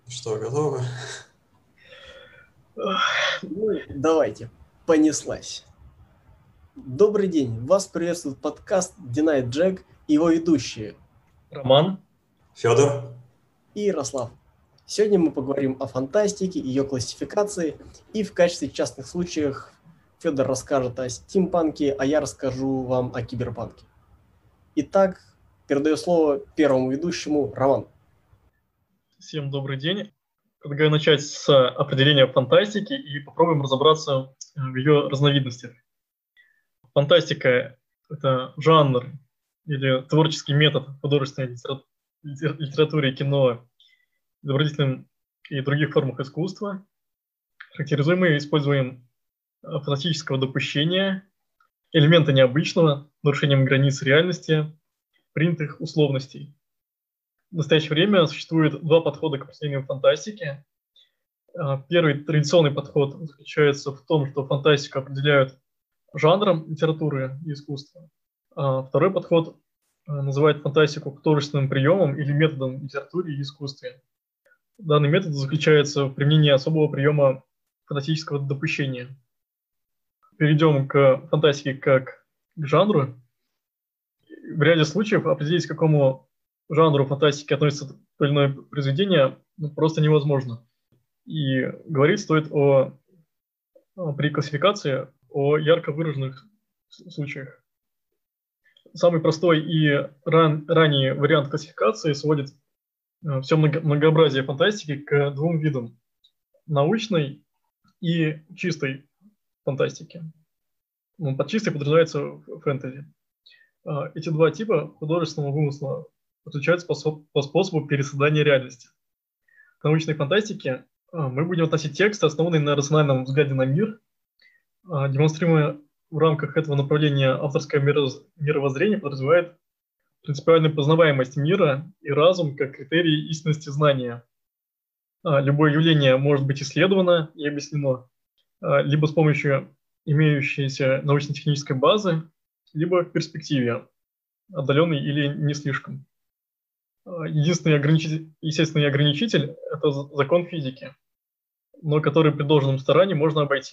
Что, готовы? Ну, давайте, понеслась. Добрый день, вас приветствует подкаст Denied Jack и его ведущие Роман. Федор? и Ярослав. Сегодня мы поговорим о фантастике, ее классификации, и в качестве частных случаев Федор расскажет о стимпанке, а я расскажу вам о киберпанке. Итак, передаю слово первому ведущему, Роман. Всем добрый день. Предлагаю начать с определения фантастики и попробуем разобраться в ее разновидностях. Фантастика – это жанр или творческий метод в художественной литературе и кино, изобразительном и других формах искусства, характеризуемый использованием фантастического допущения, элемента необычного, нарушением границ реальности, принятых условностей. В настоящее время существует два подхода к определению фантастики. Первый традиционный подход заключается в том, что фантастику определяют жанром литературы и искусства. Второй подход называет фантастику художественным приемом или методом в литературе и искусстве. Данный метод заключается в применении особого приема фантастического допущения. Перейдем к фантастике как к жанру. В ряде случаев определить, к какому жанру фантастики относится то или иное произведение, просто невозможно. И говорить стоит при классификации о ярко выраженных случаях. Самый простой и ранний вариант классификации сводит все многообразие фантастики к двум видам – научной и чистой фантастики. Под чистой подразумевается фэнтези. Эти два типа художественного вымысла отличаются по способу пересоздания реальности. В научной фантастике мы будем относить текст, основанный на рациональном взгляде на мир, демонстрируемый в рамках этого направления авторское мировоззрение подразумевает принципиальную познаваемость мира и разум как критерий истинности знания. Любое явление может быть исследовано и объяснено либо с помощью имеющейся научно-технической базы, либо в перспективе, отдаленный или не слишком. Единственный естественный ограничитель – это закон физики, но который при должном старании можно обойти.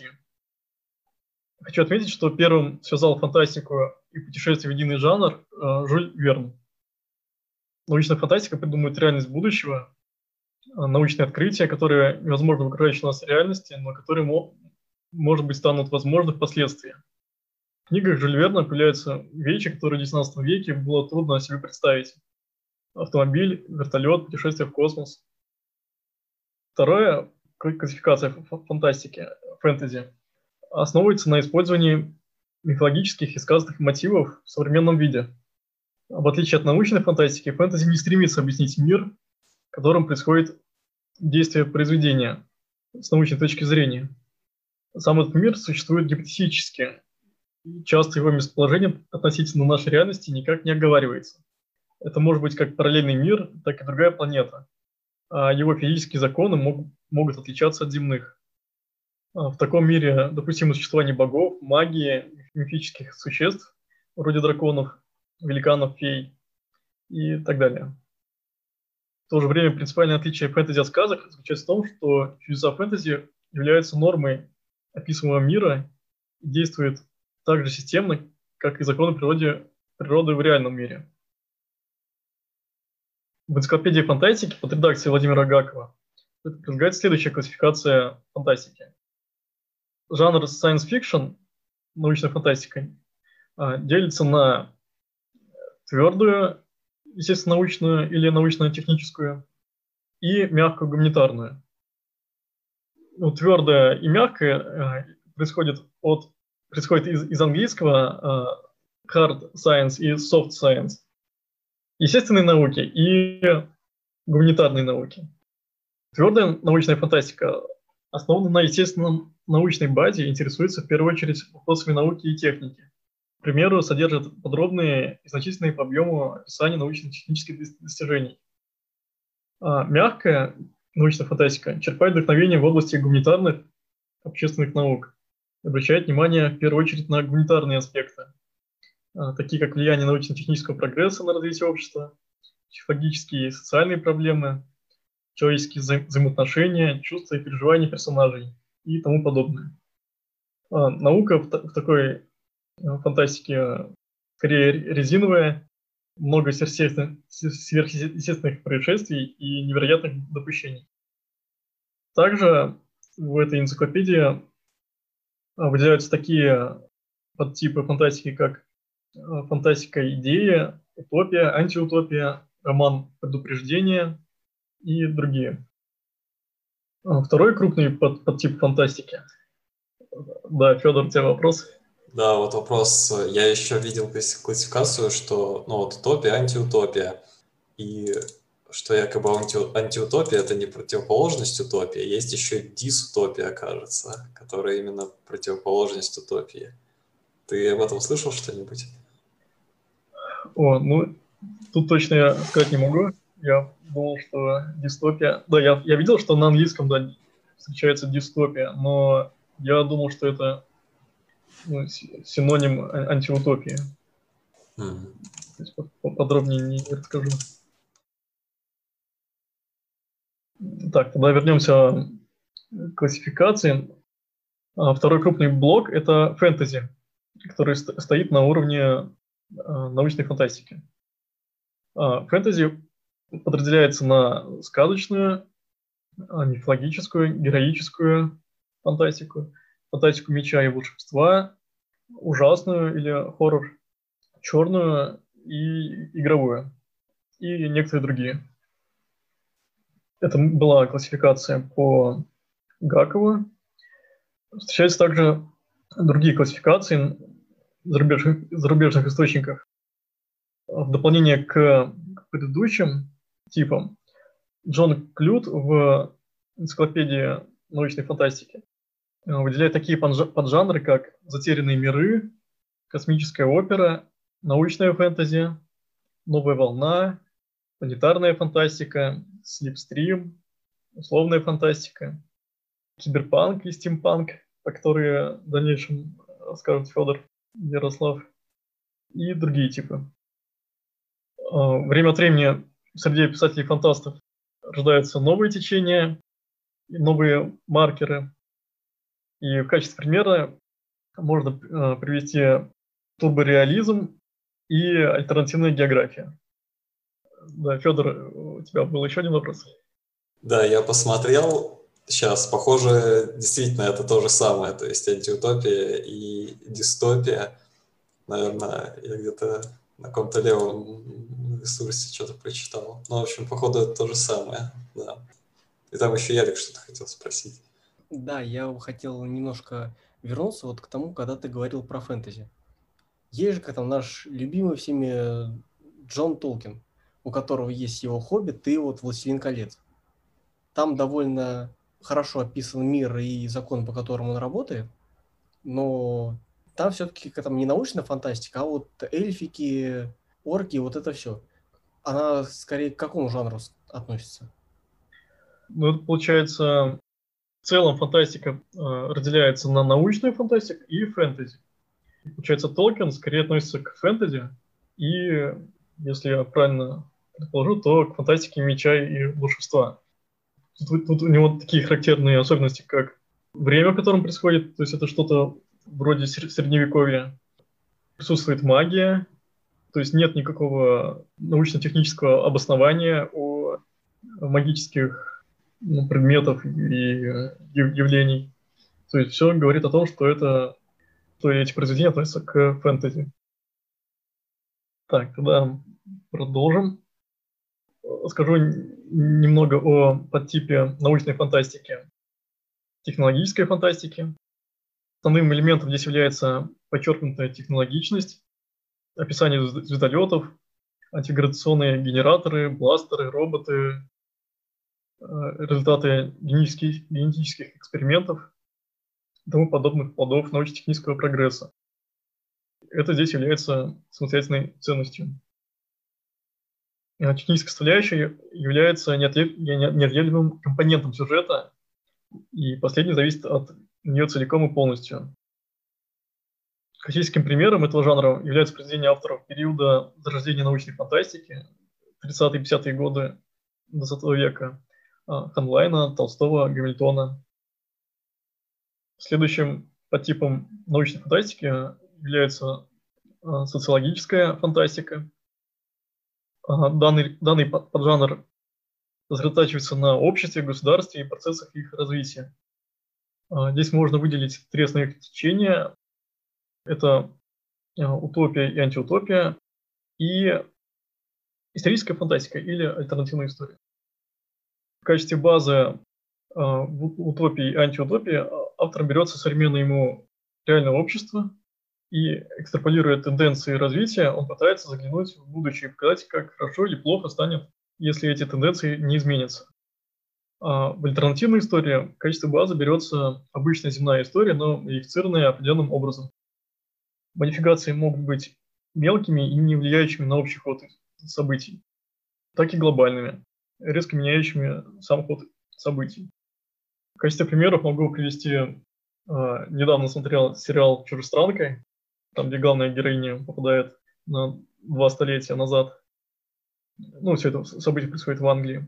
Хочу отметить, что первым связал фантастику и путешествие в единый жанр Жюль Верн. Научная фантастика придумывает реальность будущего, научные открытия, которые невозможно в окружающей нас реальности, но которые, может быть, станут возможны впоследствии. В книгах Жюля Верна появляются вещи, которые в XIX веке было трудно себе представить. Автомобиль, вертолет, путешествие в космос. Вторая классификация фантастики, фэнтези, основывается на использовании мифологических и сказочных мотивов в современном виде. В отличие от научной фантастики, фэнтези не стремится объяснить мир, в котором происходит действие произведения с научной точки зрения. Сам этот мир существует гипотетически, и часто его местоположение относительно нашей реальности никак не оговаривается. Это может быть как параллельный мир, так и другая планета, а его физические законы могут отличаться от земных. В таком мире допустимо существование богов, магии, мифических существ, вроде драконов, великанов, фей и так далее. В то же время принципиальное отличие фэнтези от сказок заключается в том, что чудеса фэнтези являются нормой описываемого мира и действуют так же системно, как и законы природы в реальном мире. В энциклопедии фантастики под редакцией Владимира Гакова предлагается следующая классификация фантастики. Жанр science fiction, научная фантастика, делится на твердую, естественно, научную или научно-техническую, и мягкую гуманитарную. Твердая и мягкая происходит из английского hard science и soft science. Естественные науки и гуманитарные науки. Твердая научная фантастика основана на естественном научной базе и интересуется в первую очередь вопросами науки и техники. К примеру, содержит подробные и значительные по объему описания научно-технических достижений. Мягкая научная фантастика черпает вдохновение в области гуманитарных общественных наук, обращает внимание в первую очередь на гуманитарные аспекты, такие как влияние научно-технического прогресса на развитие общества, психологические и социальные проблемы, человеческие взаимоотношения, чувства и переживания персонажей и тому подобное. Наука в такой фантастике скорее резиновая, много сверхъестественных происшествий и невероятных допущений. Также в этой энциклопедии выделяются такие подтипы фантастики, как фантастика идеи, утопия, антиутопия, роман предупреждения и другие. Второй крупный подтип фантастики. Да, Федор, у тебя вопрос? Да, вот вопрос. Я еще видел классификацию, что утопия, антиутопия. И что якобы антиутопия – это не противоположность утопии. Есть еще дистопия, кажется, которая именно противоположность утопии. Ты об этом слышал что-нибудь? Тут точно я сказать не могу. Я думал, что дистопия... Да, я видел, что на английском, да, встречается дистопия, но я думал, что это синоним антиутопии. То есть подробнее не расскажу. Так, тогда вернемся к классификации. Второй крупный блок – это фэнтези, который стоит на уровне научной фантастики. Фэнтези подразделяется на сказочную, мифологическую, героическую фантастику, фантастику меча и волшебства, ужасную или хоррор, черную и игровую, и некоторые другие. Это была классификация по Гакову. Встречаются также другие классификации в зарубежных источниках. В дополнение к предыдущим типам, Джон Клют в энциклопедии научной фантастики выделяет такие поджанры, как «Затерянные миры», «Космическая опера», «Научная фэнтези», «Новая волна», «Планетарная фантастика», «Слипстрим», «Условная фантастика», «Киберпанк» и «Стимпанк», про которые в дальнейшем расскажут Федор и Ярослав, и другие типы. Время от времени среди писателей-фантастов рождаются новые течения, новые маркеры. И в качестве примера можно привести турбореализм и альтернативная география. Да, Федор, у тебя был еще один вопрос? Да, я посмотрел. Сейчас, похоже, действительно это то же самое. То есть антиутопия и дистопия. Наверное, я где-то на каком-то левом ресурсе что-то прочитал. Ну, в общем, походу, это то же самое. Да. И там еще Ярик что-то хотел спросить. Да, я хотел немножко вернуться вот к тому, когда ты говорил про фэнтези. Есть же как там наш любимый всеми Джон Толкин, у которого есть его «Хоббит» и вот «Властелин колец». Там довольно хорошо описан мир и закон, по которому он работает, но там все-таки там не научная фантастика, а вот эльфики, орки, вот это все. Она скорее к какому жанру относится? Ну, это получается, в целом фантастика разделяется на научную фантастику и фэнтези. И, получается, Толкин скорее относится к фэнтези, и, если я правильно предположу, то к фантастике меча и волшебства. Тут у него такие характерные особенности, как время, в котором происходит, то есть это что-то вроде средневековья. Присутствует магия, то есть нет никакого научно-технического обоснования о магических предметов и явлений. То есть все говорит о том, что эти произведения относятся к фэнтези. Так, тогда продолжим. Скажу немного о подтипе научной фантастики, технологической фантастики. Основным элементом здесь является подчеркнутая технологичность, описание звездолетов, антигравитационные генераторы, бластеры, роботы, результаты генетических экспериментов и тому подобных плодов научно-технического прогресса. Это здесь является самостоятельной ценностью. Техническая составляющая является неотъемлемым компонентом сюжета, и последний зависит от нее целиком и полностью. Классическим примером этого жанра являются произведения авторов периода зарождения научной фантастики, 30-е и 50-е годы XX века, Ханлайна, Толстого, Гамильтона. Следующим подтипом научной фантастики является социологическая фантастика. Данный поджанр сосредотачивается на обществе, государстве и процессах их развития. Здесь можно выделить три основных течения. Это утопия и антиутопия, и историческая фантастика или альтернативная история. В качестве базы в утопии и антиутопии автором берется современное ему реальное общество, и, экстраполируя тенденции развития, он пытается заглянуть в будущее и показать, как хорошо или плохо станет, если эти тенденции не изменятся. В альтернативной истории в качестве базы берется обычная земная история, но модифицированная определенным образом. Модификации могут быть мелкими и не влияющими на общий ход событий, так и глобальными, резко меняющими сам ход событий. В качестве примеров могу привести, недавно смотрел сериал «Чужестранка», там, где главная героиня попадает на 2 столетия назад. Ну, все это событие происходит в Англии.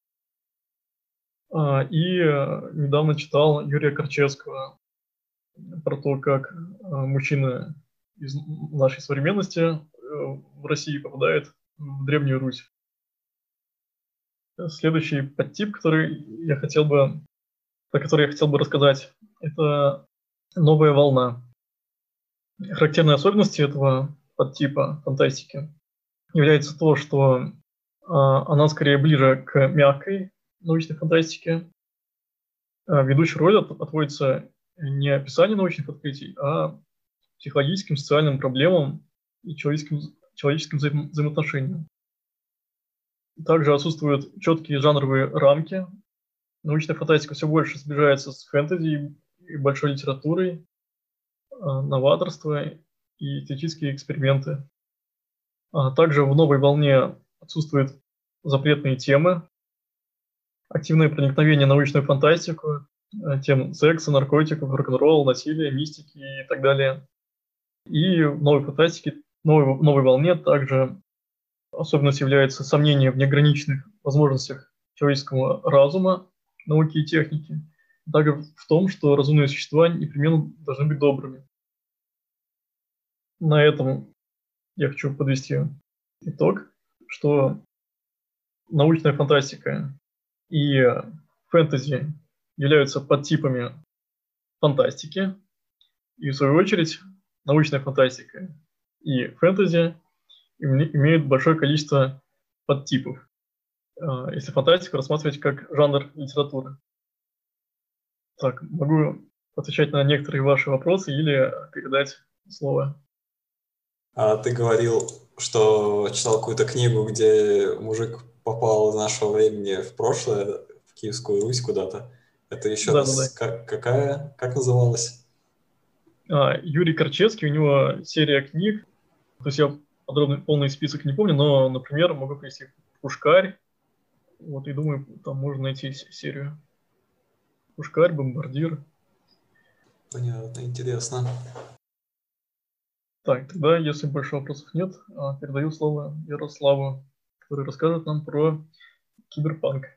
И недавно читал Юрия Корчевского про то, как мужчина из нашей современности в России попадает в Древнюю Русь. Следующий подтип, про который я хотел бы рассказать, это новая волна. Характерной особенностью этого подтипа фантастики является то, что она скорее ближе к мягкой научной фантастике. Ведущую роль отводится не описанию научных открытий, а психологическим, социальным проблемам и человеческим взаимоотношениям. Также отсутствуют четкие жанровые рамки. Научная фантастика все больше сближается с фэнтези и большой литературой, новаторство и эстетические эксперименты. Также в новой волне отсутствуют запретные темы, активное проникновение в научную фантастику, тем секса, наркотиков, рок-н-ролл, насилия, мистики и так далее. И в новой фантастике, новой волне также особенностью является сомнение в неограниченных возможностях человеческого разума, науки и техники, также в том, что разумные существа непременно должны быть добрыми. На этом я хочу подвести итог, что научная фантастика и фэнтези являются подтипами фантастики, и в свою очередь научная фантастика и фэнтези имеют большое количество подтипов, если фантастику рассматривать как жанр литературы. Так, могу отвечать на некоторые ваши вопросы или передать слово. Ты говорил, что читал какую-то книгу, где мужик попал из нашего времени в прошлое, в Киевскую Русь куда-то. Это еще раз как называлось? Юрий Корчевский, у него серия книг. То есть я полный список не помню, но, например, могу привести «Пушкарь». Вот, и думаю, там можно найти серию. «Пушкарь», «Бомбардир». Понятно, интересно. Так, тогда, если больше вопросов нет, передаю слово Ярославу, который расскажет нам про киберпанк.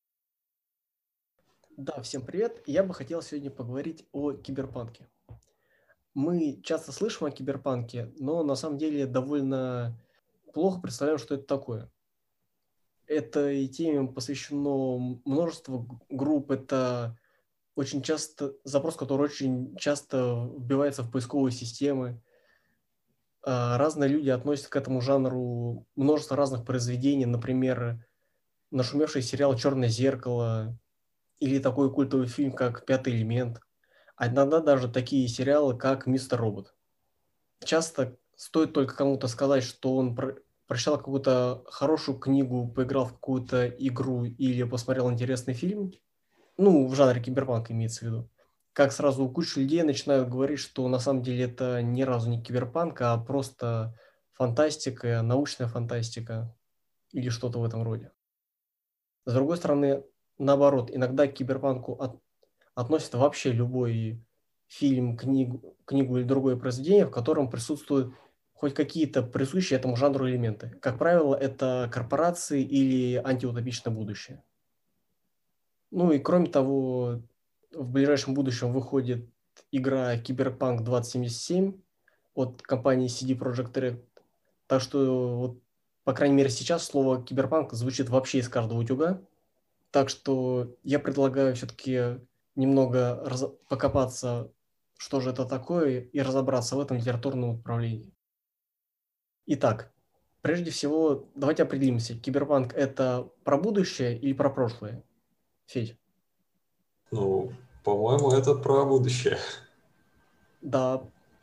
Да, всем привет. Я бы хотел сегодня поговорить о киберпанке. Мы часто слышим о киберпанке, но на самом деле довольно плохо представляем, что это такое. Этой теме посвящено множество групп. Это очень часто запрос, который очень часто вбивается в поисковые системы. Разные люди относятся к этому жанру множество разных произведений. Например, нашумевший сериал «Черное зеркало» или такой культовый фильм, как «Пятый элемент». А иногда даже такие сериалы, как «Мистер Робот». Часто стоит только кому-то сказать, что он прочитал какую-то хорошую книгу, поиграл в какую-то игру или посмотрел интересный фильм, ну, в жанре киберпанк имеется в виду, как сразу куча людей начинают говорить, что на самом деле это ни разу не киберпанк, а просто фантастика, научная фантастика или что-то в этом роде. С другой стороны, наоборот, иногда к киберпанку относят вообще любой фильм, книгу или другое произведение, в котором присутствуют хоть какие-то присущие этому жанру элементы. Как правило, это корпорации или антиутопичное будущее. Ну и кроме того, в ближайшем будущем выходит игра Cyberpunk 2077 от компании CD Projekt Red. Так что, вот, по крайней мере, сейчас слово киберпанк звучит вообще из каждого утюга. Так что я предлагаю все-таки немного покопаться, что же это такое, и разобраться в этом литературном направлении. Итак, прежде всего, давайте определимся, киберпанк — это про будущее или про прошлое? Федь? Ну, по-моему, это про будущее. Да,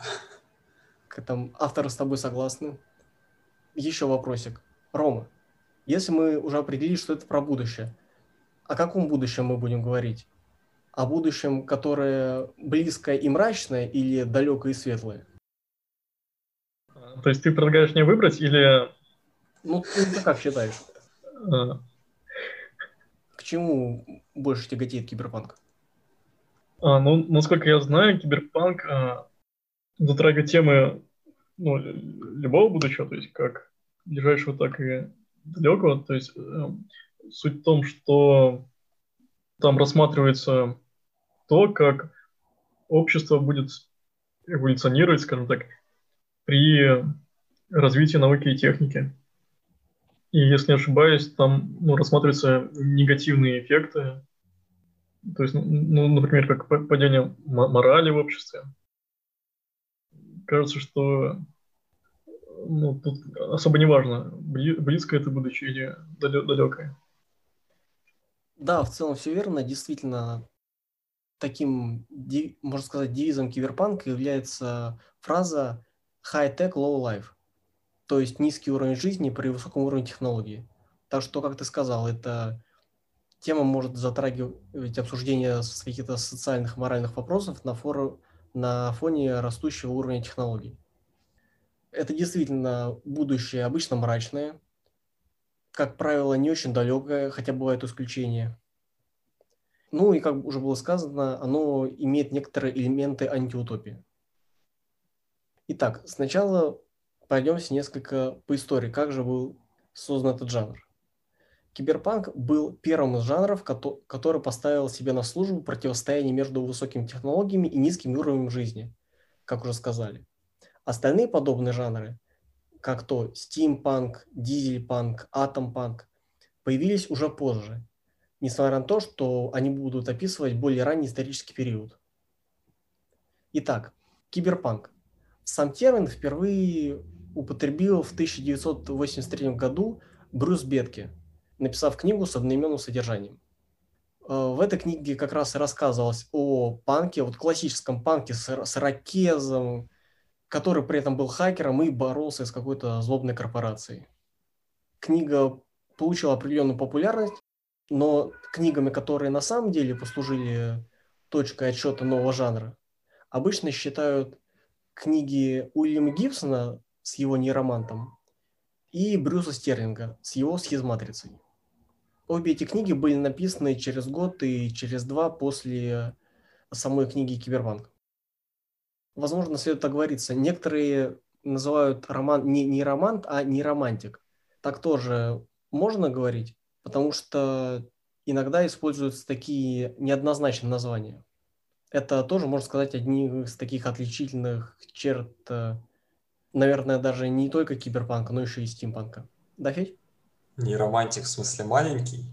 авторы с тобой согласны. Еще вопросик. Рома, если мы уже определили, что это про будущее, о каком будущем мы будем говорить? О будущем, которое близкое и мрачное, или далекое и светлое? То есть ты предлагаешь мне выбрать или... Ну, ты как считаешь? э, К чему больше тяготеет киберпанк? Ну, насколько я знаю, киберпанк затрагивает темы любого будущего, то есть как ближайшего, так и далекого. То есть суть в том, что там рассматривается то, как общество будет эволюционировать, скажем так, при развитии науки и техники. И если не ошибаюсь, там рассматриваются негативные эффекты, то есть, например, как падение морали в обществе. Кажется, что тут особо не важно, близкое это будущее или далекое. Да, в целом все верно. Действительно, таким, можно сказать, девизом киберпанка является фраза «high-tech, low-life», то есть низкий уровень жизни при высоком уровне технологий. Так что, как ты сказал, эта тема может затрагивать обсуждение каких-то социальных, моральных вопросов на фоне растущего уровня технологий. Это действительно будущее обычно мрачное, как правило, не очень далекое, хотя бывают исключения. Ну и, как уже было сказано, оно имеет некоторые элементы антиутопии. Итак, сначала пройдемся несколько по истории, как же был создан этот жанр. Киберпанк был первым из жанров, который поставил себе на службу противостояние между высокими технологиями и низким уровнем жизни, как уже сказали. Остальные подобные жанры, как то стимпанк, дизельпанк, атомпанк, появились уже позже, несмотря на то, что они будут описывать более ранний исторический период. Итак, киберпанк. Сам термин впервые употребил в 1983 году Брюс Бетке, написав книгу с одноименным содержанием. В этой книге как раз и рассказывалось о панке, вот классическом панке с ирокезом, который при этом был хакером и боролся с какой-то злобной корпорацией. Книга получила определенную популярность, но книгами, которые на самом деле послужили точкой отсчета нового жанра, обычно считают книги Уильяма Гибсона с его нейромантом и Брюса Стерлинга с его схизматрицей. Обе эти книги были написаны через год и через два после самой книги «Киберпанк». Возможно, следует оговориться, некоторые называют роман не нейромант, а нейромантик. Так тоже можно говорить, потому что иногда используются такие неоднозначные названия. Это тоже, можно сказать, одни из таких отличительных черт, наверное, даже не только киберпанка, но еще и стимпанка. Да, Федь? Не романтик в смысле маленький?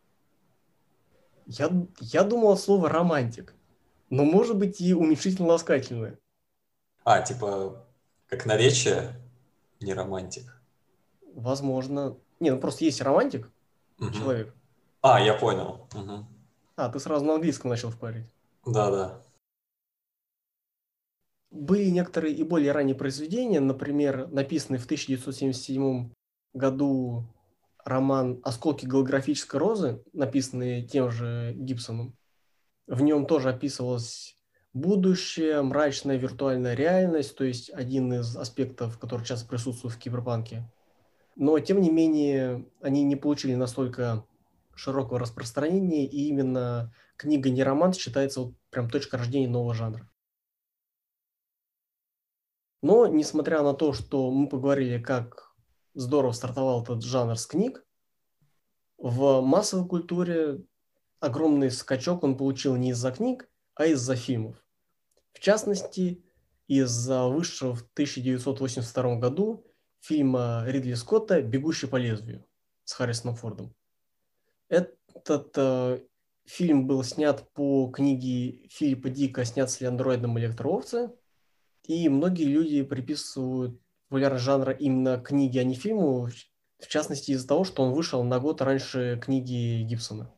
Я думал слово романтик, но может быть и уменьшительно-ласкательное. Типа, как наречие, не романтик. Возможно. Не, ну просто есть романтик, человек. Я понял. Угу. Ты сразу на английском начал впарить. Да. Были некоторые и более ранние произведения, например, написанный в 1977 году роман «Осколки голографической розы», написанный тем же Гибсоном. В нем тоже описывалось будущее, мрачная виртуальная реальность, то есть один из аспектов, который часто присутствует в киберпанке. Но, тем не менее, они не получили настолько широкого распространения, и именно книга «Не роман» считается вот прям точкой рождения нового жанра. Но, несмотря на то, что мы поговорили, как здорово стартовал этот жанр с книг, в массовой культуре огромный скачок он получил не из-за книг, а из-за фильмов. В частности, из-за вышедшего в 1982 году фильма Ридли Скотта «Бегущий по лезвию» с Харрисоном Фордом. Этот фильм был снят по книге Филиппа Дика «Снятся ли андроидом электроовцы», и многие люди приписывают популярность жанра именно книге, а не фильму, в частности из-за того, что он вышел на год раньше книги Гибсона.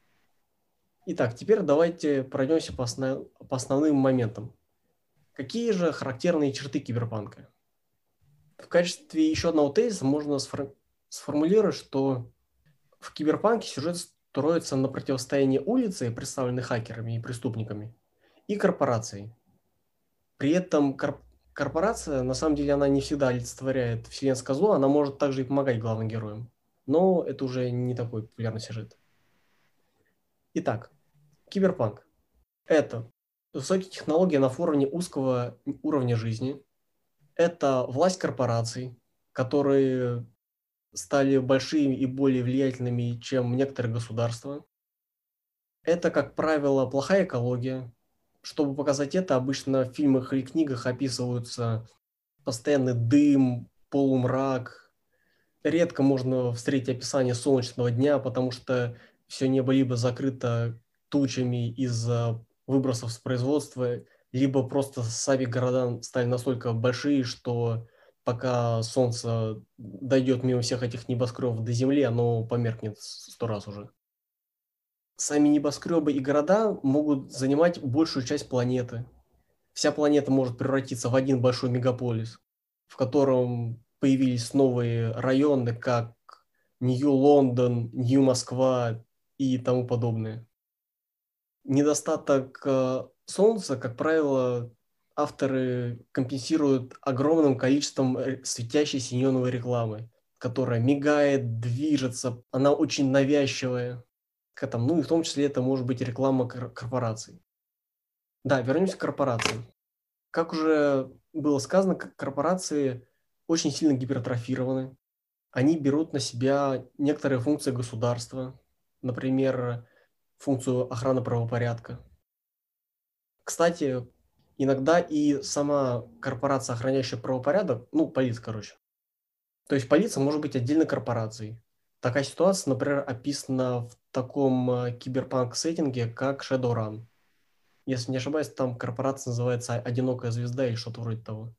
Итак, теперь давайте пройдемся по основным моментам. Какие же характерные черты киберпанка? В качестве еще одного тезиса можно сформулировать, что в киберпанке сюжет строится на противостоянии улицы, представленной хакерами и преступниками, и корпорацией. При этом корпорация, на самом деле, она не всегда олицетворяет вселенское зло, она может также и помогать главным героям. Но это уже не такой популярный сюжет. Итак, киберпанк. Это высокие технологии на фоне узкого уровня жизни. Это власть корпораций, которые стали большими и более влиятельными, чем некоторые государства. Это, как правило, плохая экология. Чтобы показать это, обычно в фильмах или книгах описываются постоянный дым, полумрак. Редко можно встретить описание солнечного дня, потому что все небо либо закрыто тучами из-за выбросов с производства, либо просто сами города стали настолько большие, что пока солнце дойдет мимо всех этих небоскребов до Земли, оно померкнет 100 раз уже. Сами небоскребы и города могут занимать большую часть планеты. Вся планета может превратиться в один большой мегаполис, в котором появились новые районы, как Нью-Лондон, Нью-Москва и тому подобное. Недостаток Солнца, как правило, авторы компенсируют огромным количеством светящейся неоновой рекламы, которая мигает, движется, она очень навязчивая. Ну и в том числе это может быть реклама корпораций. Да, вернемся к корпорациям. Как уже было сказано, корпорации очень сильно гипертрофированы. Они берут на себя некоторые функции государства, например, функцию охраны правопорядка. Кстати, иногда и сама корпорация, охраняющая правопорядок, полиция, короче. То есть полиция может быть отдельной корпорацией. Такая ситуация, например, описана в таком киберпанк-сеттинге, как Shadowrun. Если не ошибаюсь, там корпорация называется «Одинокая звезда» или что-то вроде того.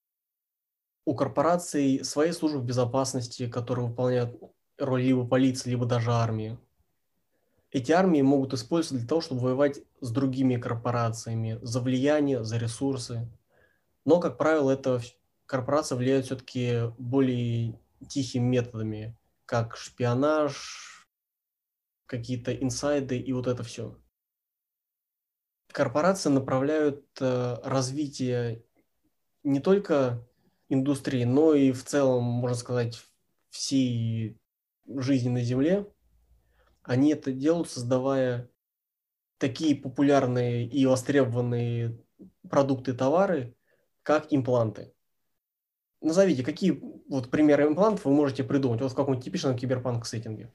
У корпораций свои службы безопасности, которые выполняют роль либо полиции, либо даже армии. Эти армии могут использовать для того, чтобы воевать с другими корпорациями за влияние, за ресурсы. Но, как правило, корпорации влияют все-таки более тихими методами, как шпионаж, какие-то инсайды и вот это все. Корпорации направляют развитие не только индустрии, но и в целом, можно сказать, всей жизни на Земле. Они это делают, создавая такие популярные и востребованные продукты и товары, как импланты. Назовите, какие примеры имплантов вы можете придумать в каком-нибудь типичном киберпанк-сеттинге?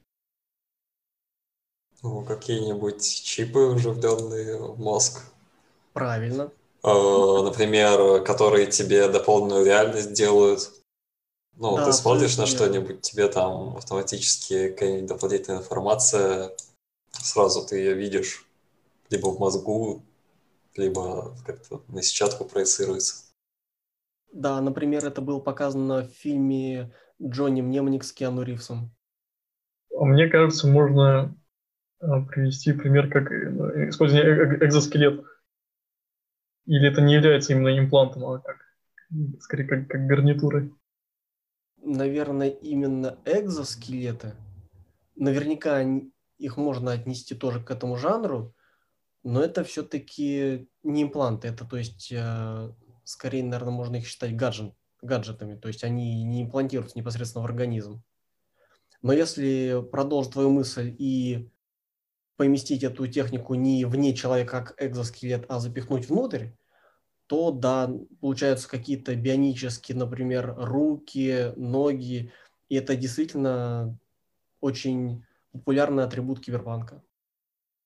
Какие-нибудь чипы, вживленные в мозг. Правильно. Например, которые тебе дополненную реальность делают. Да, Ты смотришь абсолютно на верно. что-нибудь, тебе там автоматически какая-нибудь дополнительная информация, сразу ты ее видишь либо в мозгу, либо как-то на сетчатку проецируется. Да, например, это было показано в фильме «Джонни Мнемоник» с Киану Ривзом. Мне кажется, можно привести пример как использование экзоскелетов. Или это не является именно имплантом, а скорее как гарнитурой? Наверное, именно экзоскелеты. Наверняка их можно отнести тоже к этому жанру, но это все-таки не импланты. Это, то есть, скорее, наверное, можно их считать гаджетами. То есть они не имплантируются непосредственно в организм. Но если продолжить твою мысль и поместить эту технику не вне человека как экзоскелет, а запихнуть внутрь, то да, получаются какие-то бионические, например, руки, ноги, и это действительно очень популярный атрибут киберпанка.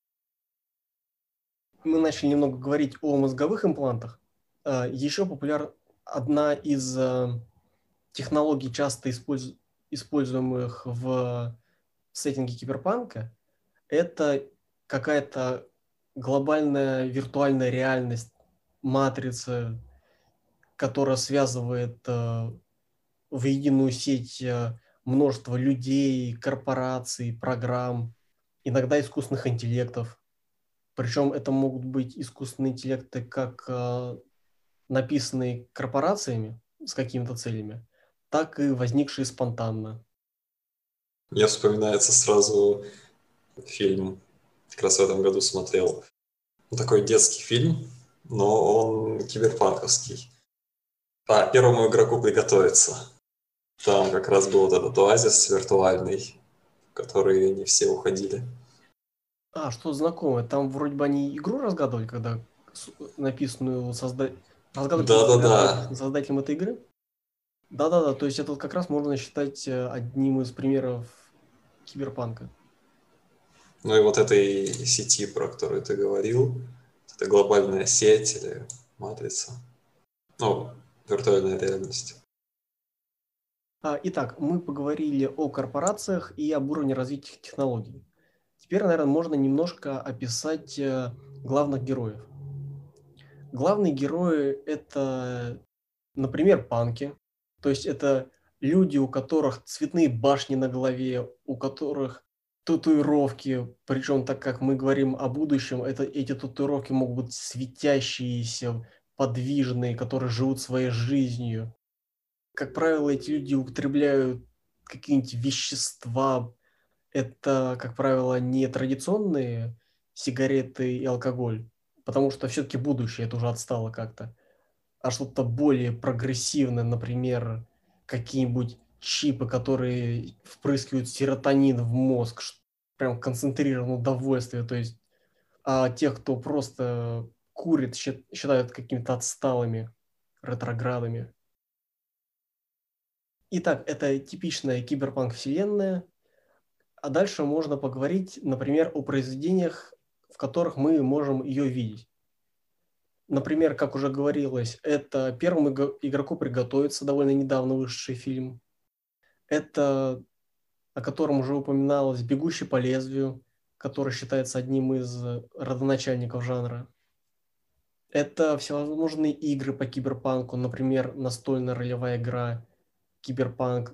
мы начали немного говорить о мозговых имплантах. Еще популярна одна из технологий, часто используемых в сеттинге киберпанка, это какая-то глобальная виртуальная реальность, матрица, которая связывает в единую сеть множество людей, корпораций, программ, иногда искусственных интеллектов. Причем это могут быть искусственные интеллекты, как написанные корпорациями с какими-то целями, так и возникшие спонтанно. Мне вспоминается сразу фильм, как раз в этом году смотрел. Такой детский фильм, но он киберпанковский. Первому игроку приготовиться. Там как раз был вот этот оазис виртуальный, в который не все уходили. Что знакомое. Там вроде бы они игру разгадывали, когда написанную разгадывали, кто Да-да-да. написан создателем этой игры. Да-да-да, то есть это как раз можно считать одним из примеров киберпанка. Ну и вот этой сети, про которую ты говорил, это глобальная сеть или матрица. Ну, виртуальная реальность. Итак, мы поговорили о корпорациях и об уровне развития технологий. Теперь, наверное, можно немножко описать главных героев. Главные герои – это, например, панки. То есть это люди, у которых цветные башни на голове, у которых татуировки. Причем, так как мы говорим о будущем, эти татуировки могут быть светящиеся, подвижные, которые живут своей жизнью. Как правило, эти люди употребляют какие-нибудь вещества. Это, как правило, не традиционные сигареты и алкоголь, потому что все-таки будущее это уже отстало как-то, а что-то более прогрессивное, например, какие-нибудь чипы, которые впрыскивают серотонин в мозг, прям концентрированное удовольствие. То есть тех, кто просто курит, считают какими-то отсталыми ретроградами. Итак, это типичная киберпанк-вселенная. А дальше можно поговорить, например, о произведениях, в которых мы можем ее видеть. Например, как уже говорилось, это первому игроку приготовиться, довольно недавно вышедший фильм. Это, о котором уже упоминалось, «Бегущий по лезвию», который считается одним из родоначальников жанра. Это всевозможные игры по киберпанку, например, настольная ролевая игра «Киберпанк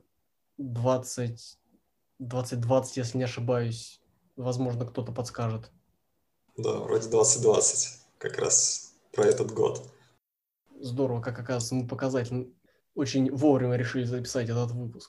2020, если не ошибаюсь. Возможно, кто-то подскажет. Да, вроде 2020, как раз про этот год. Здорово, как оказывается, мы показательно очень вовремя решили записать этот выпуск.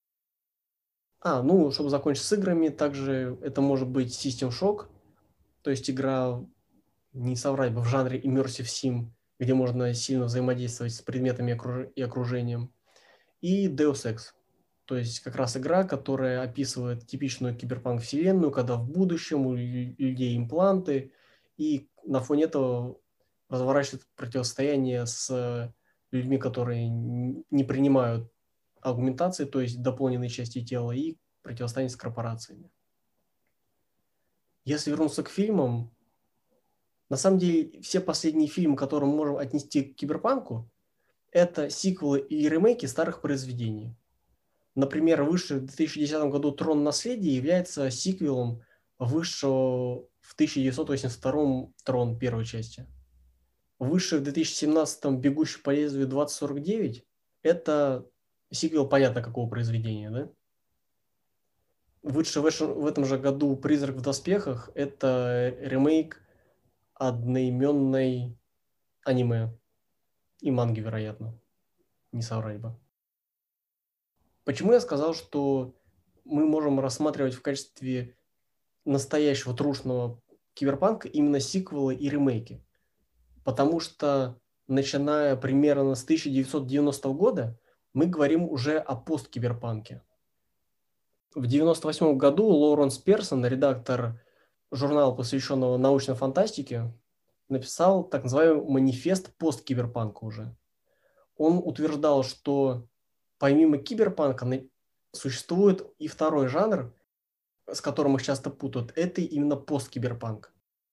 Чтобы закончить с играми, также это может быть System Shock, то есть игра, не соврать бы, в жанре Immersive Sim, где можно сильно взаимодействовать с предметами и окружением, и Deus Ex, то есть как раз игра, которая описывает типичную киберпанк-вселенную, когда в будущем у людей импланты, и на фоне этого разворачивает противостояние с людьми, которые не принимают аугментации, то есть дополненные части тела, и противостояние с корпорациями. Если вернуться к фильмам, на самом деле все последние фильмы, которые мы можем отнести к киберпанку, это сиквелы и ремейки старых произведений. Например, вышедший в 2010 году «Трон наследия» является сиквелом вышедшего в 1982 «Трон» первой части. Вышедший в 2017 «Бегущий по лезвию 2049» это сиквел понятно какого произведения, да? Вышедший в этом же году «Призрак в доспехах» это ремейк одноименной аниме и манги, вероятно. Не соврать бы. Почему я сказал, что мы можем рассматривать в качестве настоящего трушного киберпанка именно сиквелы и ремейки? Потому что, начиная примерно с 1990 года, мы говорим уже о посткиберпанке. В 1998 году Лоуренс Персон, редактор журнала, посвященного научной фантастике, написал так называемый манифест посткиберпанка уже. Он утверждал, что помимо киберпанка существует и второй жанр, с которым их часто путают, это именно посткиберпанк.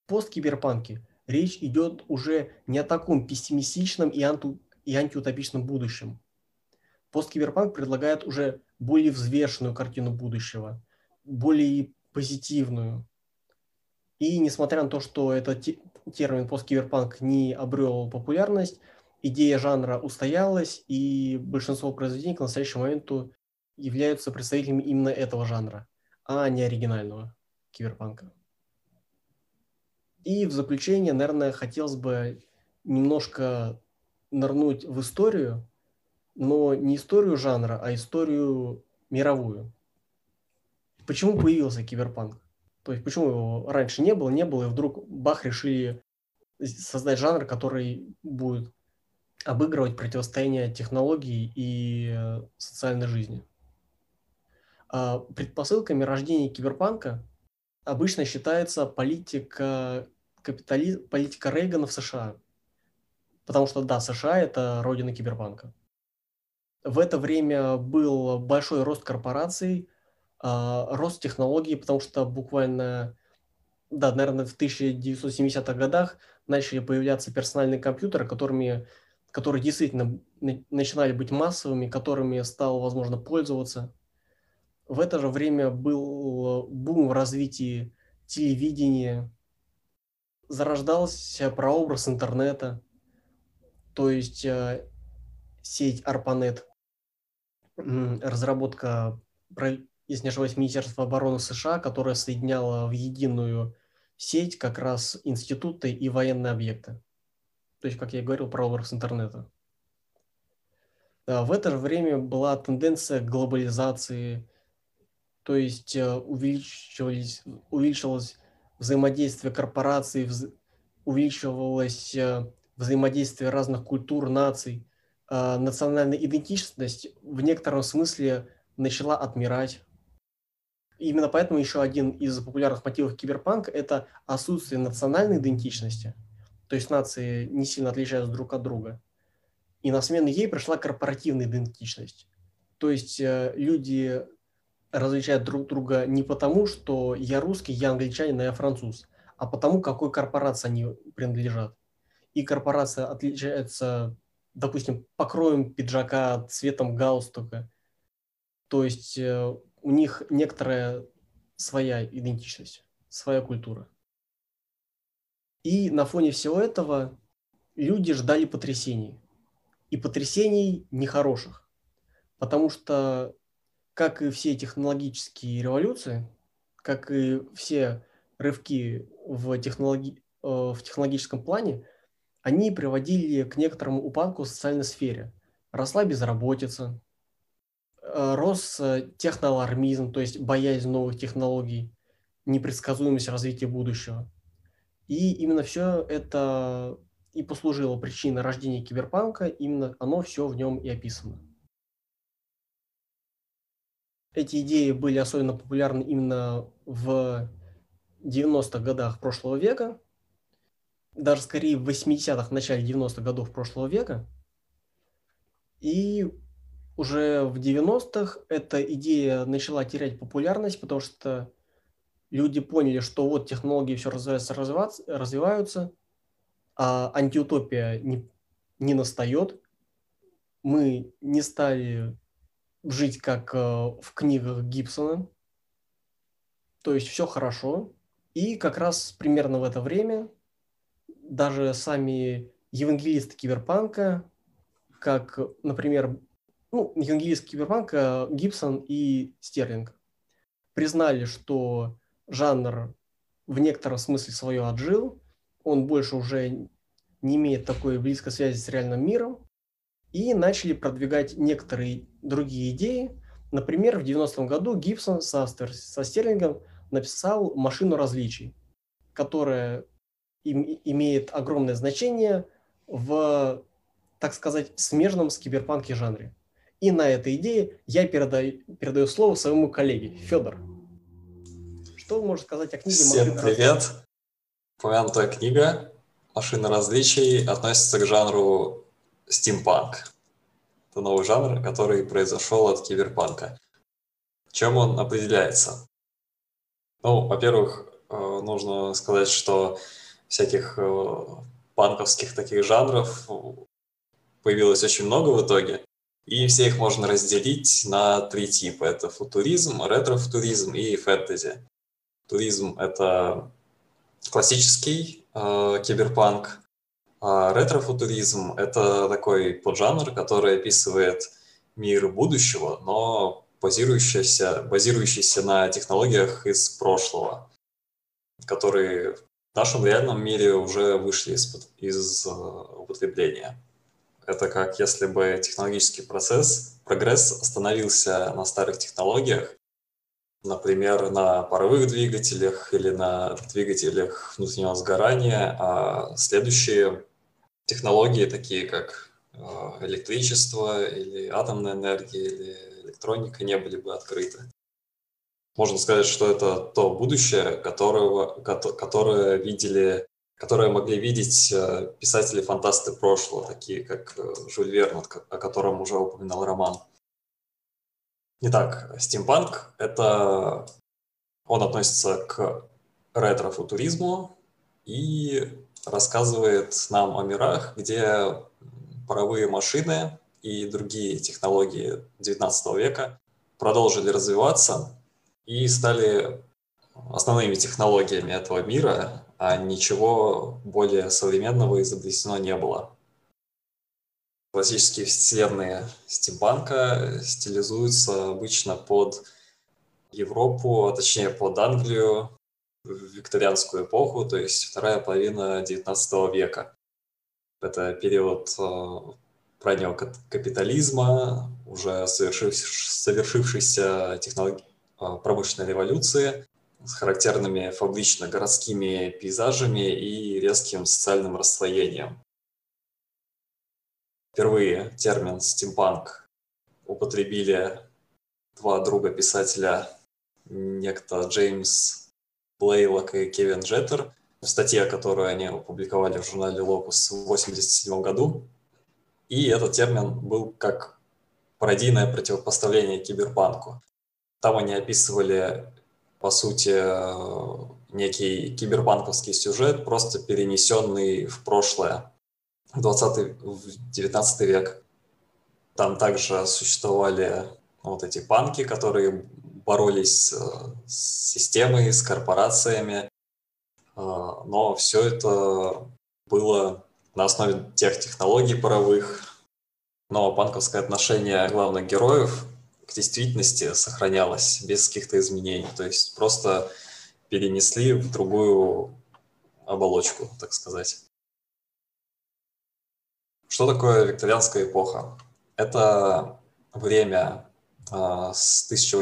посткиберпанке речь идет уже не о таком пессимистичном и антиутопичном будущем. Посткиберпанк предлагает уже более взвешенную картину будущего, более позитивную. И несмотря на то, что этот термин посткиберпанк не обрел популярность, идея жанра устоялась, и большинство произведений к настоящему моменту являются представителями именно этого жанра, а не оригинального киберпанка. И в заключение, наверное, хотелось бы немножко нырнуть в историю, но не историю жанра, а историю мировую. Почему появился киберпанк? То есть почему его раньше не было, и вдруг бах, решили создать жанр, который будет обыгрывать противостояние технологий и социальной жизни. Предпосылками рождения киберпанка обычно считается политика Рейгана в США. Потому что, да, США – это родина киберпанка. В это время был большой рост корпораций, рост технологий, потому что буквально, да, наверное, в 1970-х годах начали появляться персональные компьютеры, которые действительно начинали быть массовыми, которыми стало возможно пользоваться. В это же время был бум в развитии телевидения, зарождался прообраз интернета, то есть сеть ARPANET, разработка, если не ошибаюсь, Министерства обороны США, которая соединяла в единую сеть как раз институты и военные объекты. То есть, как я и говорил, прообраз интернета. В это же время была тенденция к глобализации, то есть увеличивалось взаимодействие корпораций, увеличивалось взаимодействие разных культур, наций. Национальная идентичность в некотором смысле начала отмирать. Именно поэтому еще один из популярных мотивов киберпанка – это отсутствие национальной идентичности. То есть нации не сильно отличаются друг от друга. И на смену ей пришла корпоративная идентичность. То есть люди различают друг друга не потому, что я русский, я англичанин, а я француз, а потому, какой корпорации они принадлежат. И корпорация отличается, допустим, покроем пиджака, цветом галстука. То есть у них некоторая своя идентичность, своя культура. И на фоне всего этого люди ждали потрясений. И потрясений нехороших. Потому что, как и все технологические революции, как и все рывки в технологическом плане, они приводили к некоторому упадку в социальной сфере. Росла безработица, рос техноалармизм, то есть боязнь новых технологий, непредсказуемость развития будущего. И именно все это и послужило причиной рождения киберпанка, именно оно все в нем и описано. Эти идеи были особенно популярны именно в 90-х годах прошлого века, даже скорее в 80-х, в начале 90-х годов прошлого века. И уже в 90-х эта идея начала терять популярность, потому что люди поняли, что вот технологии все развиваются, а антиутопия не настает. Мы не стали жить как в книгах Гибсона, то есть все хорошо. И как раз примерно в это время даже сами евангелисты киберпанка, как, например, евангелисты киберпанка Гибсон и Стерлинг, признали, что жанр в некотором смысле свое отжил, он больше уже не имеет такой близкой связи с реальным миром, и начали продвигать некоторые другие идеи. Например, в 90-м году Гибсон со Стерлингом написал «Машину различий», которая имеет огромное значение в, так сказать, смежном с киберпанке жанре. И на этой идее я передаю слово своему коллеге. Федор, что вы можете сказать о книге «Всем привет». Упомянутая книга «Машина различий» относится к жанру стимпанк. Это новый жанр, который произошел от киберпанка. Чем он определяется? Ну, во-первых, нужно сказать, что всяких панковских таких жанров появилось очень много в итоге, и все их можно разделить на 3 типа. Это футуризм, ретро-футуризм и фэнтези. Футуризм — это классический киберпанк, а ретро-футуризм — это такой поджанр, который описывает мир будущего, но базирующийся на технологиях из прошлого, которые в нашем реальном мире уже вышли из употребления. Это как если бы технологический прогресс остановился на старых технологиях, например, на паровых двигателях или на двигателях внутреннего сгорания, а следующие технологии, такие как электричество или атомная энергия или электроника, не были бы открыты. Можно сказать, что это то будущее, которое могли видеть писатели-фантасты прошлого, такие как Жюль Верн, о котором уже упоминал Роман. Итак, стимпанк — он относится к ретро-футуризму и рассказывает нам о мирах, где паровые машины и другие технологии XIX века продолжили развиваться и стали основными технологиями этого мира, а ничего более современного изобретено не было. Классические вселенные стимпанка стилизуются обычно под Европу, а точнее под Англию в викторианскую эпоху, то есть вторая половина XIX века. Это период раннего капитализма, уже совершившейся промышленной революции с характерными фабрично-городскими пейзажами и резким социальным расслоением. Впервые термин «стимпанк» употребили 2 друга писателя, некто Джеймс Блейлок и Кевин Джеттер, в статье, которую они опубликовали в журнале Locus в 1987 году. И этот термин был как пародийное противопоставление киберпанку. Там они описывали, по сути, некий киберпанковский сюжет, просто перенесенный в прошлое, в 19 век. Там также существовали вот эти панки, которые боролись с системой, с корпорациями, но все это было на основе тех технологий паровых, но панковское отношение главных героев к действительности сохранялось без каких-то изменений, то есть просто перенесли в другую оболочку, так сказать. Что такое викторианская эпоха? Это время с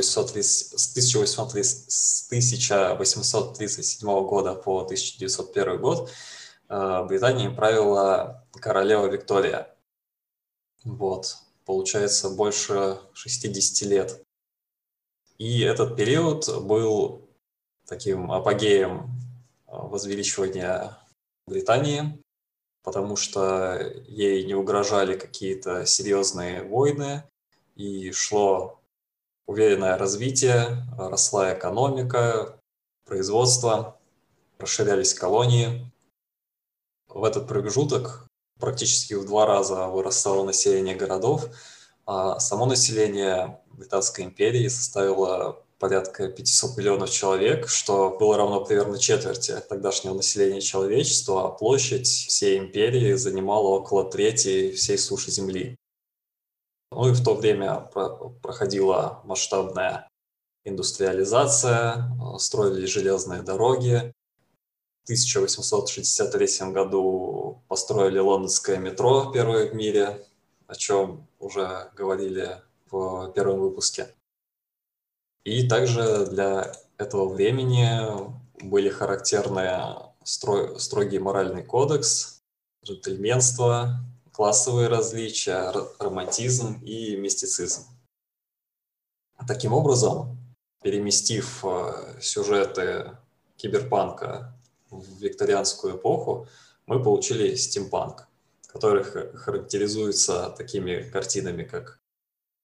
1837 года по 1901 год Британией правила королева Виктория. Вот, получается, больше 60 лет. И этот период был таким апогеем возвеличивания Британии, потому что ей не угрожали какие-то серьезные войны, и шло уверенное развитие, росла экономика, производство, расширялись колонии. В этот промежуток практически в 2 раза вырастало население городов, а само население Британской империи составило порядка 500 миллионов человек, что было равно примерно четверти тогдашнего населения человечества, а площадь всей империи занимала около трети всей суши Земли. Ну и в то время проходила масштабная индустриализация, строились железные дороги. В 1863 году построили лондонское метро, первое в мире, о чем уже говорили в первом выпуске. И также для этого времени были характерны строгий моральный кодекс, джентльменство, классовые различия, романтизм и мистицизм. Таким образом, переместив сюжеты киберпанка в викторианскую эпоху, мы получили стимпанк, который характеризуется такими картинами, как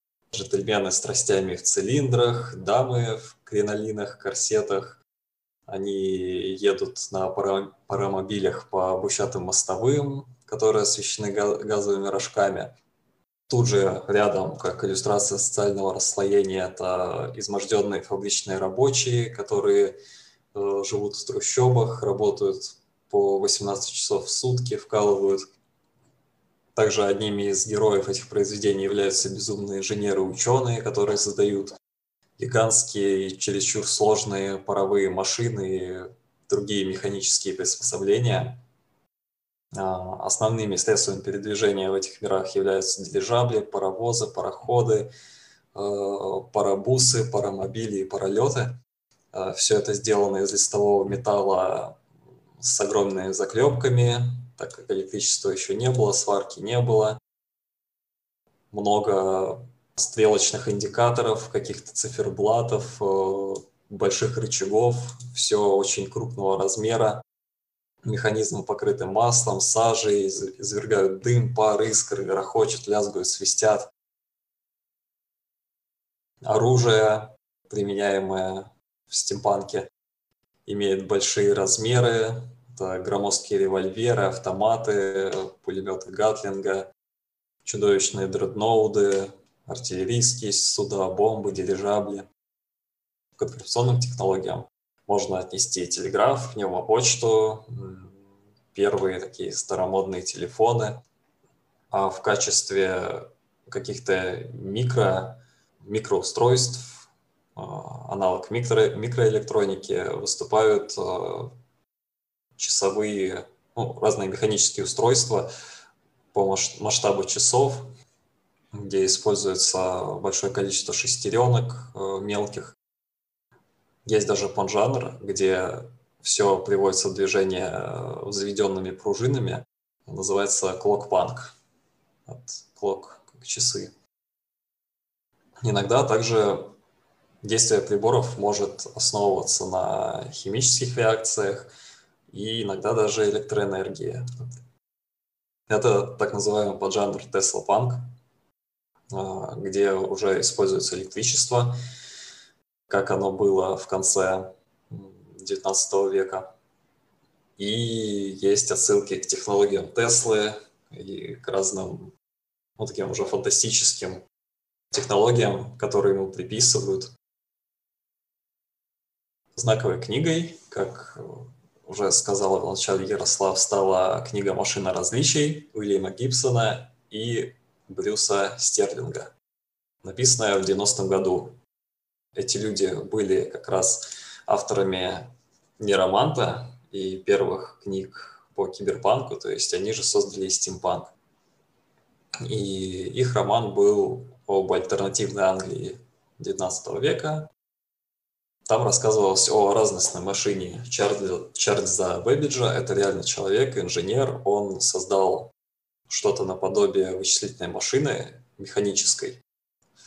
джентльмены с страстями в цилиндрах, дамы в кринолинах, корсетах, Они едут на паромобилях по брусчатым мостовым, которые освещены газовыми рожками. Тут же рядом, как иллюстрация социального расслоения, это изможденные фабричные рабочие, которые живут в трущобах, работают по 18 часов в сутки, вкалывают. Также одними из героев этих произведений являются безумные инженеры-ученые, которые создают гигантские, чересчур сложные паровые машины и другие механические приспособления. Основными средствами передвижения в этих мирах являются дирижабли, паровозы, пароходы, парабусы, паромобили и паролеты. Все это сделано из листового металла с огромными заклепками, так как электричества еще не было, сварки не было. Много стрелочных индикаторов, каких-то циферблатов, больших рычагов, все очень крупного размера. Механизмы покрыты маслом, сажей, извергают дым, пар, искры, грохочут, лязгают, свистят. Оружие, применяемое в стимпанке, имеет большие размеры. Это громоздкие револьверы, автоматы, пулеметы Гатлинга, чудовищные дредноуты, артиллерийские суда, бомбы, дирижабли. К информационным технологиям можно отнести телеграф, пневмопочту, первые такие старомодные телефоны. А в качестве каких-то микроустройств, аналог микроэлектроники, выступают часовые, разные механические устройства по масштабу часов, где используется большое количество шестеренок мелких. Есть даже поджанр, где все приводится в движение взведенными пружинами. Называется клок-панк. Клок как часы. Иногда также действие приборов может основываться на химических реакциях и иногда даже электроэнергии. Это так называемый поджанр Тесла-панк, где уже используется электричество, как оно было в конце XIX века. И есть отсылки к технологиям Теслы и к разным таким уже фантастическим технологиям, которые ему приписывают. Знаковой книгой, как уже сказал в начале Ярослав, стала книга «Машина различий» Уильяма Гибсона и Брюса Стерлинга, написанная в 90-м году. Эти люди были как раз авторами Нероманта и первых книг по киберпанку, то есть они же создали стимпанк. И их роман был об альтернативной Англии XIX века. Там рассказывалось о разностной машине Чарльза Бэббиджа. Это реально человек, инженер. Он создал что-то наподобие вычислительной машины механической. С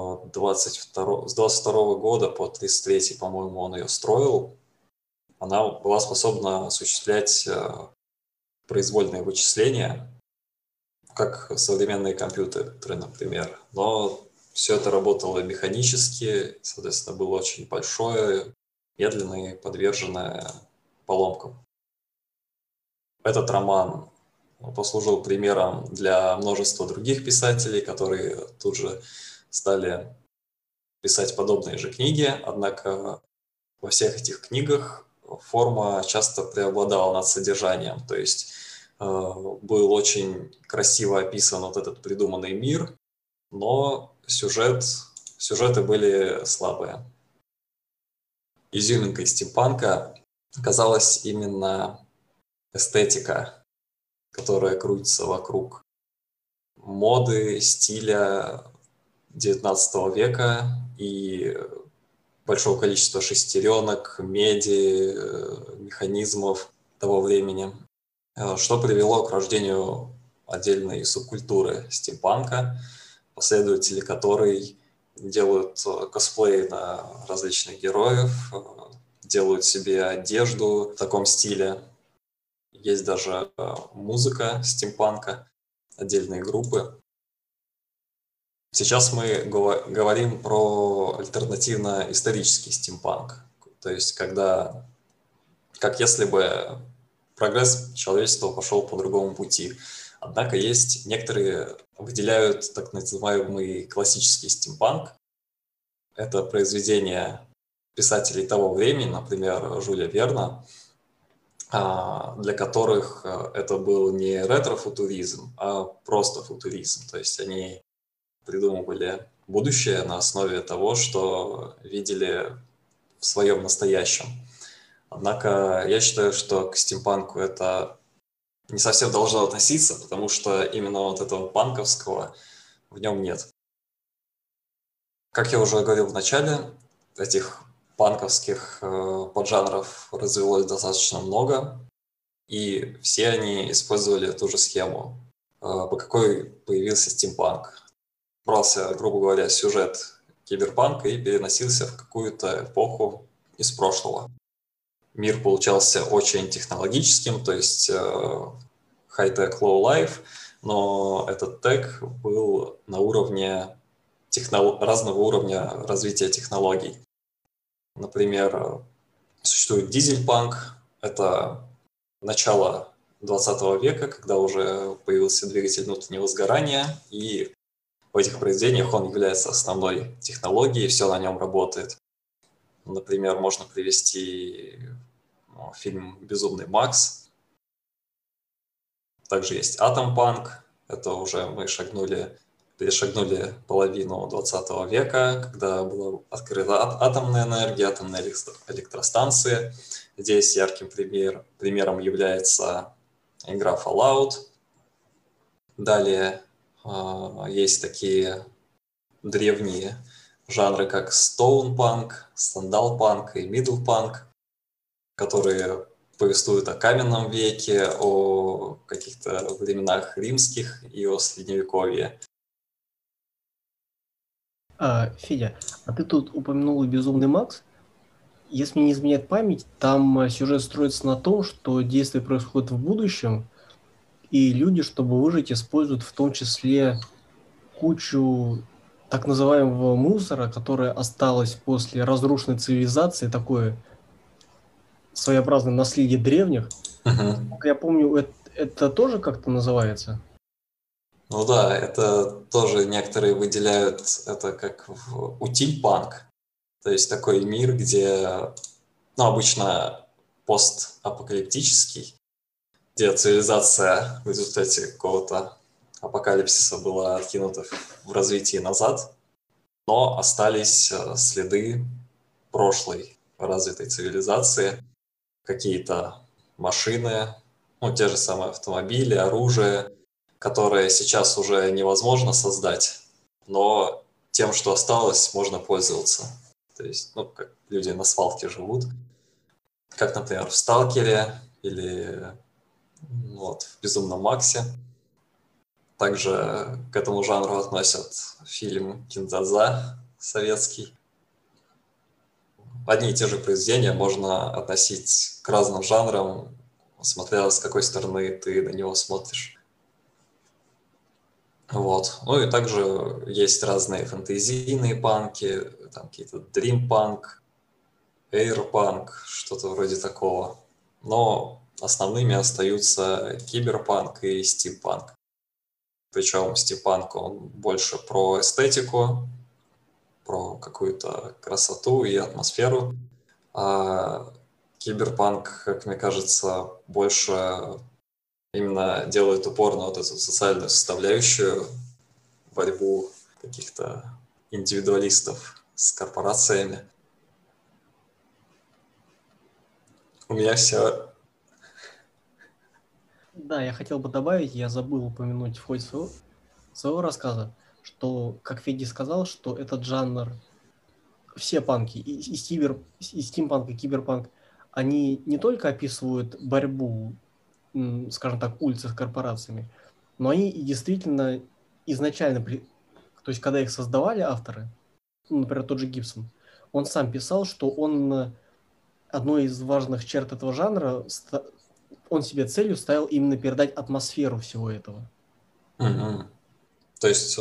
22 года по 33, по-моему, он ее строил. Она была способна осуществлять произвольные вычисления, как современные компьютеры, например. Но все это работало механически, соответственно, было очень большое, медленное, подверженное поломкам. Этот роман послужил примером для множества других писателей, которые тут же стали писать подобные же книги, однако во всех этих книгах форма часто преобладала над содержанием, то есть был очень красиво описан вот этот придуманный мир, но сюжеты были слабые. Изюминкой стимпанка оказалась именно эстетика, которая крутится вокруг моды, стиля XIX века и большого количества шестеренок, меди, механизмов того времени, что привело к рождению отдельной субкультуры стимпанка, последователи которой делают косплей на различных героев, делают себе одежду в таком стиле. Есть даже музыка стимпанка, отдельные группы. Сейчас мы говорим про альтернативно-исторический стимпанк, то есть когда как если бы прогресс человечества пошел по другому пути. Однако есть некоторые выделяют так называемый классический стимпанк. Это произведения писателей того времени, например, Жюля Верна, для которых это был не ретро-футуризм, а просто футуризм. То есть они придумывали будущее на основе того, что видели в своем настоящем. Однако я считаю, что к стимпанку это не совсем должно относиться, потому что именно вот этого панковского в нем нет. Как я уже говорил в начале, этих панковских поджанров развелось достаточно много, и все они использовали ту же схему, по какой появился стимпанк. Брался, грубо говоря, сюжет киберпанка и переносился в какую-то эпоху из прошлого. Мир получался очень технологическим, то есть high-tech, low-life, но этот тег был на уровне разного уровня развития технологий. Например, существует дизель-панк, это начало 20 века, когда уже появился двигатель внутреннего сгорания, и в этих произведениях он является основной технологией, все на нем работает. Например, можно привести фильм «Безумный Макс». Также есть атом-панк, это уже мы перешагнули половину 20 века, когда была открыта атомная энергия, атомные электростанции. Здесь ярким примером является игра Fallout. Далее есть такие древние жанры, как стоунпанк, стендалпанк и мидлпанк, которые повествуют о каменном веке, о каких-то временах римских и о средневековье. Федя, а ты тут упомянул «Безумный Макс». Если мне не изменяет память, там сюжет строится на том, что действие происходит в будущем, и люди, чтобы выжить, используют в том числе кучу так называемого мусора, которое осталось после разрушенной цивилизации, такое своеобразное наследие древних. Как я помню, это тоже как-то называется? Ну да, это тоже некоторые выделяют это как утиль-панк. То есть такой мир, где, обычно постапокалиптический, где цивилизация в результате какого-то апокалипсиса была откинута в развитии назад, но остались следы прошлой развитой цивилизации, какие-то машины, те же самые автомобили, оружие, которое сейчас уже невозможно создать, но тем, что осталось, можно пользоваться. То есть, как люди на свалке живут, как, например, в «Сталкере» или в «Безумном Максе». Также к этому жанру относят фильм «Киндзадза» советский. Одни и те же произведения можно относить к разным жанрам, смотря с какой стороны ты на него смотришь. Ну и также есть разные фэнтезийные панки, там какие-то дрим-панк, эйр-панк, что-то вроде такого. Но основными остаются киберпанк и стимпанк. Причем стимпанк, он больше про эстетику, про какую-то красоту и атмосферу. А киберпанк, как мне кажется, больше именно делает упор на вот эту социальную составляющую, борьбу каких-то индивидуалистов с корпорациями. У меня все. Да, я хотел бы добавить, я забыл упомянуть в ходе своего рассказа, что, как Федя сказал, что этот жанр, все панки, и стимпанк, и киберпанк, они не только описывают борьбу, скажем так, улицы с корпорациями, но они и действительно изначально, то есть когда их создавали авторы, например, тот же Гибсон, он сам писал, что он одной из важных черт этого жанра, он себе целью ставил именно передать атмосферу всего этого. Угу. То есть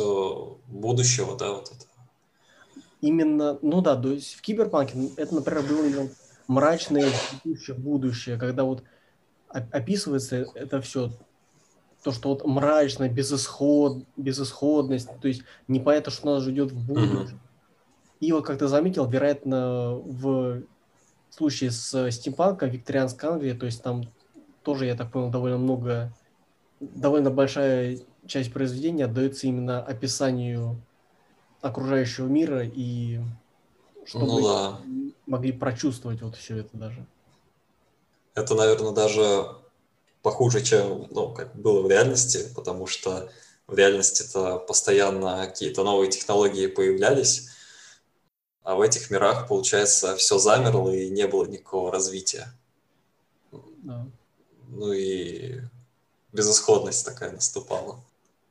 будущего, да, вот это. Именно, то есть в киберпанке это, например, было именно мрачное будущее, когда вот описывается это все, то, что вот мрачно, безысходность, то есть непонятно, что нас ждет в будущем. И вот, как ты заметил, вероятно, в случае с стимпанком викторианской Англии, то есть там тоже, я так понял, довольно большая часть произведения отдается именно описанию окружающего мира, и чтобы Ну да. могли прочувствовать вот все это даже. Это, наверное, даже похуже, чем, ну, как было в реальности, потому что в реальности-то постоянно какие-то новые технологии появлялись, а в этих мирах, получается, все замерло и не было никакого развития. Да. Ну и безысходность такая наступала.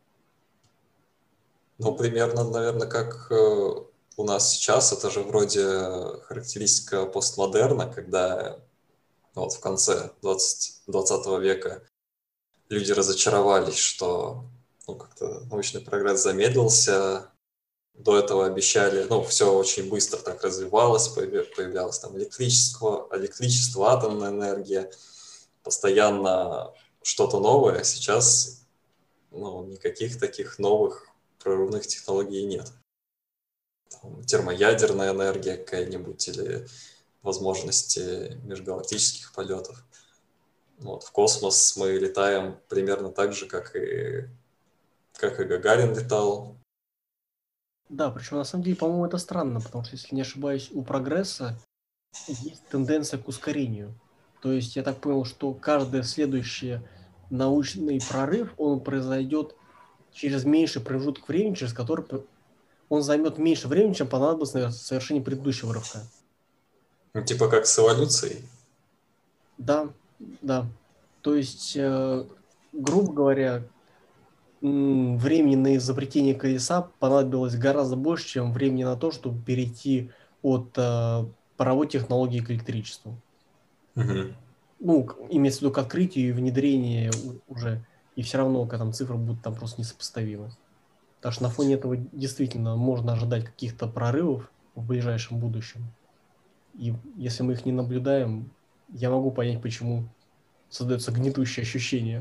Ну, примерно, наверное, как у нас сейчас, это же вроде характеристика постмодерна, когда вот в конце 20 века люди разочаровались, что ну, как-то научный прогресс замедлился. До этого обещали, ну, все очень быстро так развивалось, появлялось там электричество, атомная энергия, постоянно что-то новое. Сейчас ну, никаких таких новых прорывных технологий нет. Там, термоядерная энергия какая-нибудь или возможности межгалактических полетов. Вот, в космос мы летаем примерно так же, как и Гагарин летал. Да, причем на самом деле, по-моему, это странно, потому что, если не ошибаюсь, у прогресса есть тенденция к ускорению. То есть я так понял, что каждый следующий научный прорыв, он произойдет через меньший промежуток времени, через который он займет меньше времени, чем понадобилось на совершение предыдущего рывка. Ну, типа как с эволюцией. Да, да. То есть, грубо говоря, времени на изобретение колеса понадобилось гораздо больше, чем времени на то, чтобы перейти от паровой технологии к электричеству. Угу. Ну, имеется в виду к открытию и внедрению уже, и все равно, когда там цифры будут там просто несопоставимы. Так что на фоне этого действительно можно ожидать каких-то прорывов в ближайшем будущем. И если мы их не наблюдаем, я могу понять, почему создается гнетущее ощущение.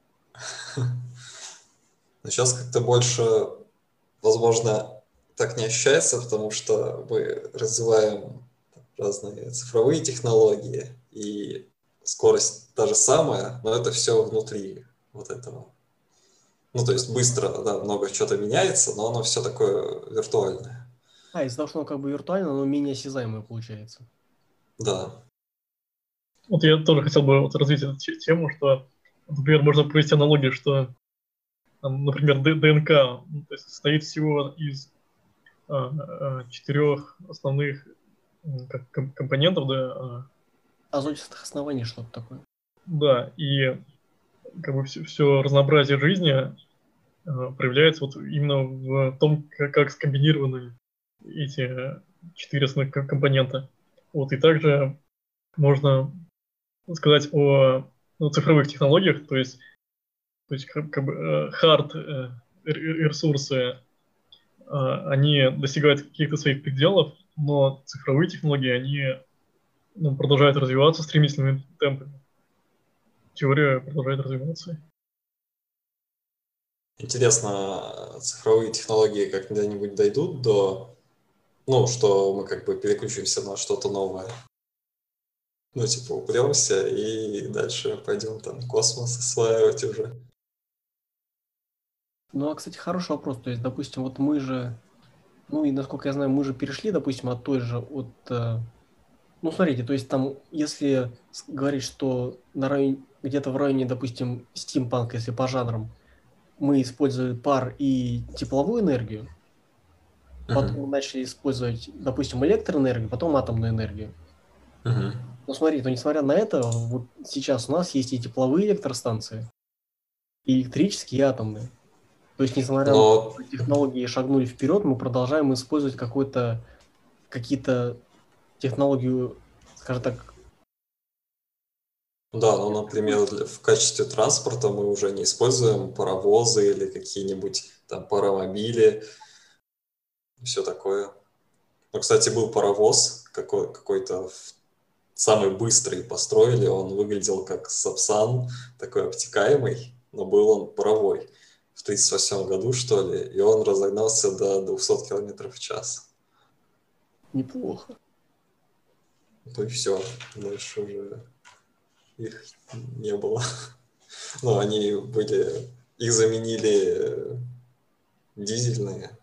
Но сейчас как-то больше, возможно, так не ощущается, потому что мы развиваем разные цифровые технологии, и скорость та же самая, но это все внутри вот этого. Ну, то есть быстро, да, много чего-то меняется, но оно все такое виртуальное. Из-за того, что оно как бы виртуально, оно менее осязаемое получается. Да. Вот я тоже хотел бы вот развить эту тему, что, например, можно провести аналогию, что, например, ДНК то есть, состоит всего из 4 основных компонентов, да. Азотистых оснований что-то такое. Да, и как бы все разнообразие жизни проявляется вот именно в том, как скомбинированы эти 4 основных компонента. Вот, и также можно сказать о цифровых технологиях, то есть как бы хард ресурсы, они достигают каких-то своих пределов, но цифровые технологии, они продолжают развиваться стремительными темпами. Теория продолжает развиваться. Интересно, цифровые технологии как-нибудь дойдут до, ну, что мы как бы переключимся на что-то новое. Ну, типа, упремся и дальше пойдем там космос осваивать уже. Ну, а, кстати, хороший вопрос. То есть, допустим, вот мы же, ну и насколько я знаю, мы же перешли, допустим, от той же, ну, смотрите, то есть там, если говорить, что где-то в районе, допустим, стимпанка, если по жанрам, мы использовали пар и тепловую энергию, потом начали использовать, допустим, электроэнергию, потом атомную энергию. Но смотри, то несмотря на это, вот сейчас у нас есть и тепловые электростанции, и электрические, и атомные. То есть, несмотря на то, что технологии шагнули вперед, мы продолжаем использовать какие-то технологию, скажем так. Да, ну, например, в качестве транспорта мы уже не используем паровозы или какие-нибудь там паромобили, все такое. Ну, кстати, был паровоз какой-то в самый быстрый построили, он выглядел как Сапсан, такой обтекаемый, но был он паровой в 1938 году, что ли, и он разогнался до 200 км в час. Неплохо. Ну и все, больше уже их не было. Но они были, их заменили дизельные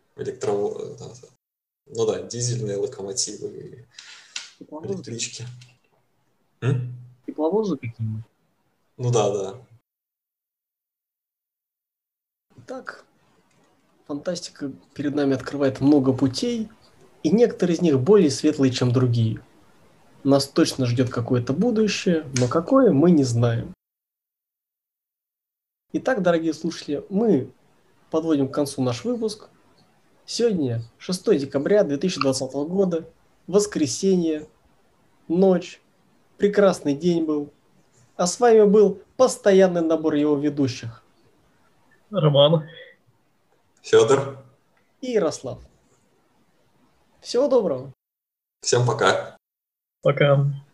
дизельные локомотивы и электрички. Тепловозы какие-нибудь? Ну да. Итак, фантастика перед нами открывает много путей, и некоторые из них более светлые, чем другие. Нас точно ждет какое-то будущее, но какое мы не знаем. Итак, дорогие слушатели, мы подводим к концу наш выпуск. Сегодня 6 декабря 2020 года, воскресенье, ночь, прекрасный день был. А с вами был постоянный набор его ведущих. Роман. Федор. И Ярослав. Всего доброго. Всем пока. Пока.